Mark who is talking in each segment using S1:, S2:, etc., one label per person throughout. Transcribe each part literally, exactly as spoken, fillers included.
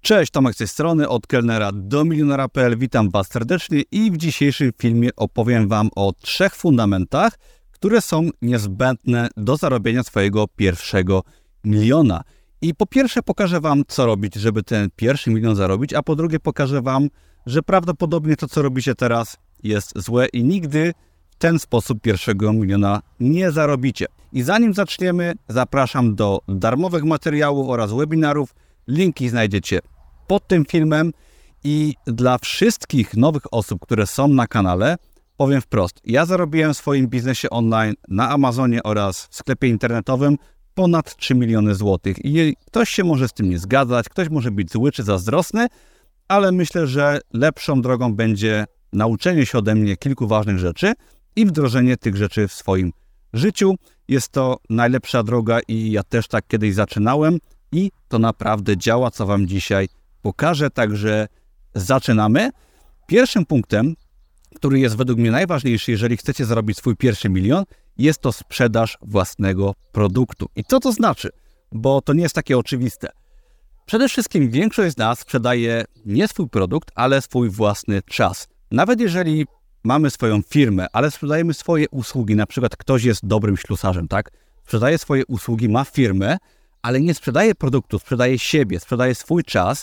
S1: Cześć, Tomek z tej strony, od kelnera do milionera kropka p l. Witam Was serdecznie i w dzisiejszym filmie opowiem Wam o trzech fundamentach, które są niezbędne do zarobienia swojego pierwszego miliona. I po pierwsze pokażę Wam, co robić, żeby ten pierwszy milion zarobić, a po drugie pokażę Wam, że prawdopodobnie to, co robicie teraz, jest złe i nigdy w ten sposób pierwszego miliona nie zarobicie. I zanim zaczniemy, zapraszam do darmowych materiałów oraz webinarów. Linki znajdziecie pod tym filmem i dla wszystkich nowych osób, które są na kanale, powiem wprost. Ja zarobiłem w swoim biznesie online na Amazonie oraz w sklepie internetowym ponad trzy miliony złotych. I ktoś się może z tym nie zgadzać, ktoś może być zły czy zazdrosny, ale myślę, że lepszą drogą będzie nauczenie się ode mnie kilku ważnych rzeczy i wdrożenie tych rzeczy w swoim życiu. Jest to najlepsza droga i ja też tak kiedyś zaczynałem. I to naprawdę działa, co Wam dzisiaj pokażę, także zaczynamy. Pierwszym punktem, który jest według mnie najważniejszy, jeżeli chcecie zarobić swój pierwszy milion, jest to sprzedaż własnego produktu. I co to znaczy? Bo to nie jest takie oczywiste. Przede wszystkim większość z nas sprzedaje nie swój produkt, ale swój własny czas. Nawet jeżeli mamy swoją firmę, ale sprzedajemy swoje usługi, na przykład ktoś jest dobrym ślusarzem, tak? Sprzedaje swoje usługi, ma firmę, ale nie sprzedaje produktu, sprzedaje siebie, sprzedaje swój czas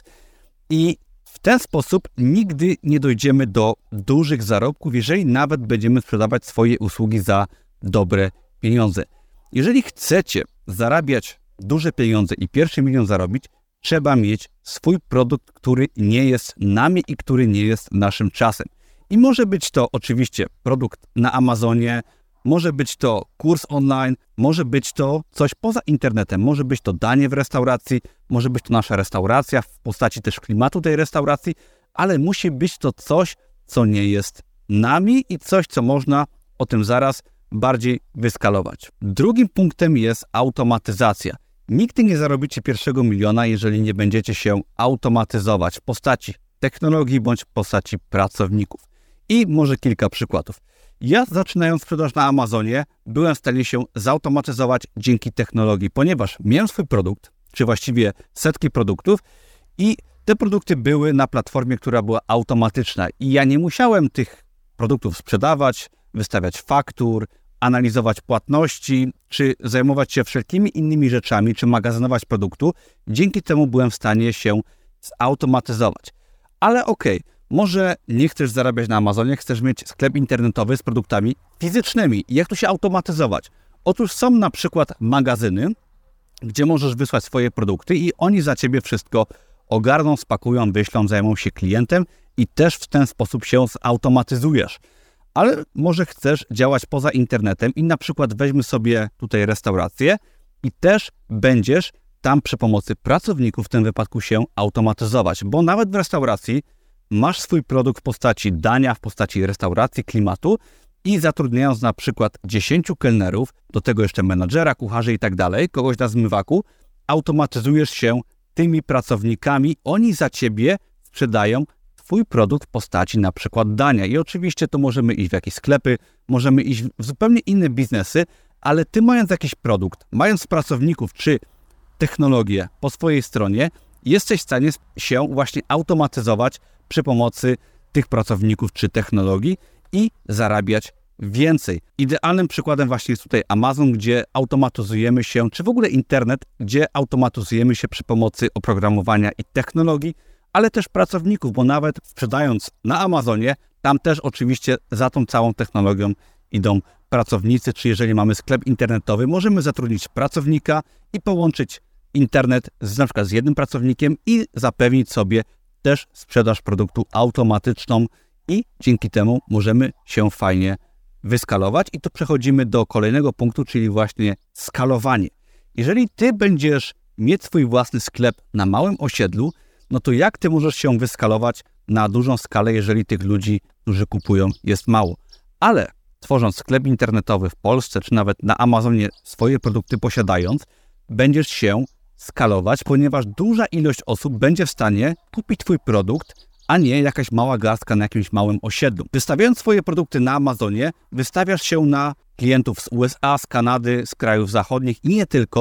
S1: i w ten sposób nigdy nie dojdziemy do dużych zarobków, jeżeli nawet będziemy sprzedawać swoje usługi za dobre pieniądze. Jeżeli chcecie zarabiać duże pieniądze i pierwszy milion zarobić, trzeba mieć swój produkt, który nie jest nami i który nie jest naszym czasem. I może być to oczywiście produkt na Amazonie, może być to kurs online, może być to coś poza internetem, może być to danie w restauracji, może być to nasza restauracja w postaci też klimatu tej restauracji, ale musi być to coś, co nie jest nami i coś, co można o tym zaraz bardziej wyskalować. Drugim punktem jest automatyzacja. Nigdy nie zarobicie pierwszego miliona, jeżeli nie będziecie się automatyzować w postaci technologii bądź w postaci pracowników. I może kilka przykładów. Ja zaczynając sprzedaż na Amazonie, byłem w stanie się zautomatyzować dzięki technologii, ponieważ miałem swój produkt, czy właściwie setki produktów i te produkty były na platformie, która była automatyczna i ja nie musiałem tych produktów sprzedawać, wystawiać faktur, analizować płatności, czy zajmować się wszelkimi innymi rzeczami, czy magazynować produktu. Dzięki temu byłem w stanie się zautomatyzować. Ale okej, okay, może nie chcesz zarabiać na Amazonie, chcesz mieć sklep internetowy z produktami fizycznymi. I jak to się automatyzować? Otóż są na przykład magazyny, gdzie możesz wysłać swoje produkty i oni za Ciebie wszystko ogarną, spakują, wyślą, zajmą się klientem i też w ten sposób się zautomatyzujesz. Ale może chcesz działać poza internetem i na przykład weźmy sobie tutaj restaurację i też będziesz tam przy pomocy pracowników w tym wypadku się automatyzować, bo nawet w restauracji masz swój produkt w postaci dania, w postaci restauracji, klimatu i zatrudniając na przykład dziesięciu kelnerów, do tego jeszcze menadżera, kucharzy i tak dalej, kogoś na zmywaku, automatyzujesz się tymi pracownikami, oni za Ciebie sprzedają Twój produkt w postaci na przykład dania. I oczywiście to możemy iść w jakieś sklepy, możemy iść w zupełnie inne biznesy, ale Ty mając jakiś produkt, mając pracowników czy technologię po swojej stronie, jesteś w stanie się właśnie automatyzować przy pomocy tych pracowników czy technologii i zarabiać więcej. Idealnym przykładem właśnie jest tutaj Amazon, gdzie automatyzujemy się, czy w ogóle internet, gdzie automatyzujemy się przy pomocy oprogramowania i technologii, ale też pracowników, bo nawet sprzedając na Amazonie, tam też oczywiście za tą całą technologią idą pracownicy, czy jeżeli mamy sklep internetowy, możemy zatrudnić pracownika i połączyć internet z, na przykład z jednym pracownikiem i zapewnić sobie też sprzedaż produktu automatyczną i dzięki temu możemy się fajnie wyskalować. I tu przechodzimy do kolejnego punktu, czyli właśnie skalowanie. Jeżeli Ty będziesz mieć swój własny sklep na małym osiedlu, no to jak Ty możesz się wyskalować na dużą skalę, jeżeli tych ludzi, którzy kupują, jest mało? Ale tworząc sklep internetowy w Polsce, czy nawet na Amazonie swoje produkty posiadając, będziesz się skalować, ponieważ duża ilość osób będzie w stanie kupić Twój produkt, a nie jakaś mała garstka na jakimś małym osiedlu. Wystawiając swoje produkty na Amazonie, wystawiasz się na klientów z U S A, z Kanady, z krajów zachodnich i nie tylko,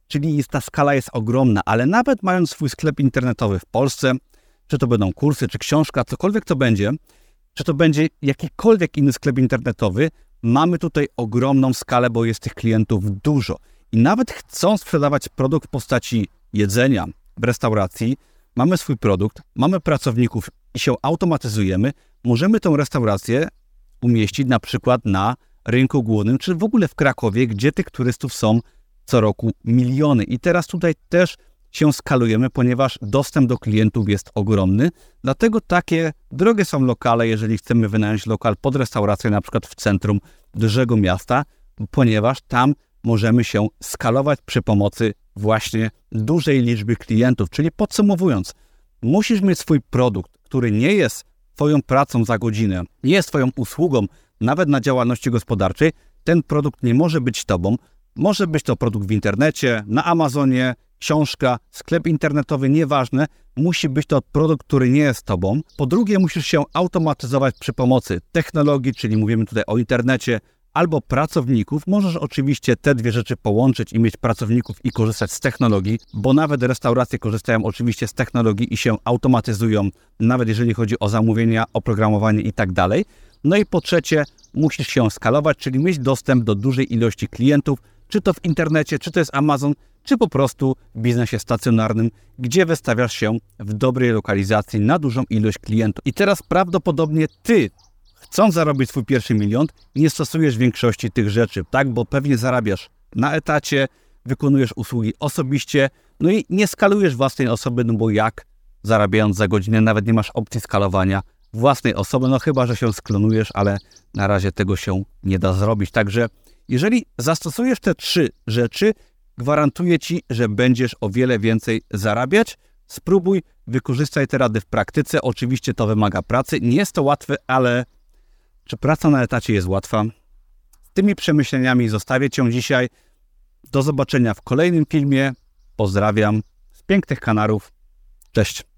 S1: czyli jest, ta skala jest ogromna, ale nawet mając swój sklep internetowy w Polsce, czy to będą kursy, czy książka, cokolwiek to będzie, czy to będzie jakikolwiek inny sklep internetowy, mamy tutaj ogromną skalę, bo jest tych klientów dużo. I nawet chcąc sprzedawać produkt w postaci jedzenia w restauracji, mamy swój produkt, mamy pracowników i się automatyzujemy, możemy tą restaurację umieścić na przykład na rynku głównym, czy w ogóle w Krakowie, gdzie tych turystów są co roku miliony. I teraz tutaj też się skalujemy, ponieważ dostęp do klientów jest ogromny. Dlatego takie drogie są lokale, jeżeli chcemy wynająć lokal pod restaurację, na przykład w centrum dużego miasta, ponieważ tam możemy się skalować przy pomocy właśnie dużej liczby klientów. Czyli podsumowując, musisz mieć swój produkt, który nie jest twoją pracą za godzinę, nie jest twoją usługą, nawet na działalności gospodarczej. Ten produkt nie może być tobą. Może być to produkt w internecie, na Amazonie, książka, sklep internetowy, nieważne. Musi być to produkt, który nie jest tobą. Po drugie, musisz się automatyzować przy pomocy technologii, czyli mówimy tutaj o internecie, albo pracowników. Możesz oczywiście te dwie rzeczy połączyć i mieć pracowników i korzystać z technologii, bo nawet restauracje korzystają oczywiście z technologii i się automatyzują, nawet jeżeli chodzi o zamówienia, oprogramowanie i tak dalej. No i po trzecie, musisz się skalować, czyli mieć dostęp do dużej ilości klientów, czy to w internecie, czy to jest Amazon, czy po prostu w biznesie stacjonarnym, gdzie wystawiasz się w dobrej lokalizacji na dużą ilość klientów. I teraz prawdopodobnie ty, chcąc zarobić swój pierwszy milion, nie stosujesz większości tych rzeczy, tak? Bo pewnie zarabiasz na etacie, wykonujesz usługi osobiście, no i nie skalujesz własnej osoby, no bo jak zarabiając za godzinę, nawet nie masz opcji skalowania własnej osoby, no chyba że się sklonujesz, ale na razie tego się nie da zrobić. Także jeżeli zastosujesz te trzy rzeczy, gwarantuję ci, że będziesz o wiele więcej zarabiać. Spróbuj, wykorzystaj te rady w praktyce. Oczywiście to wymaga pracy. Nie jest to łatwe, ale czy praca na etacie jest łatwa? Z tymi przemyśleniami zostawię cię dzisiaj. Do zobaczenia w kolejnym filmie. Pozdrawiam z pięknych Kanarów. Cześć.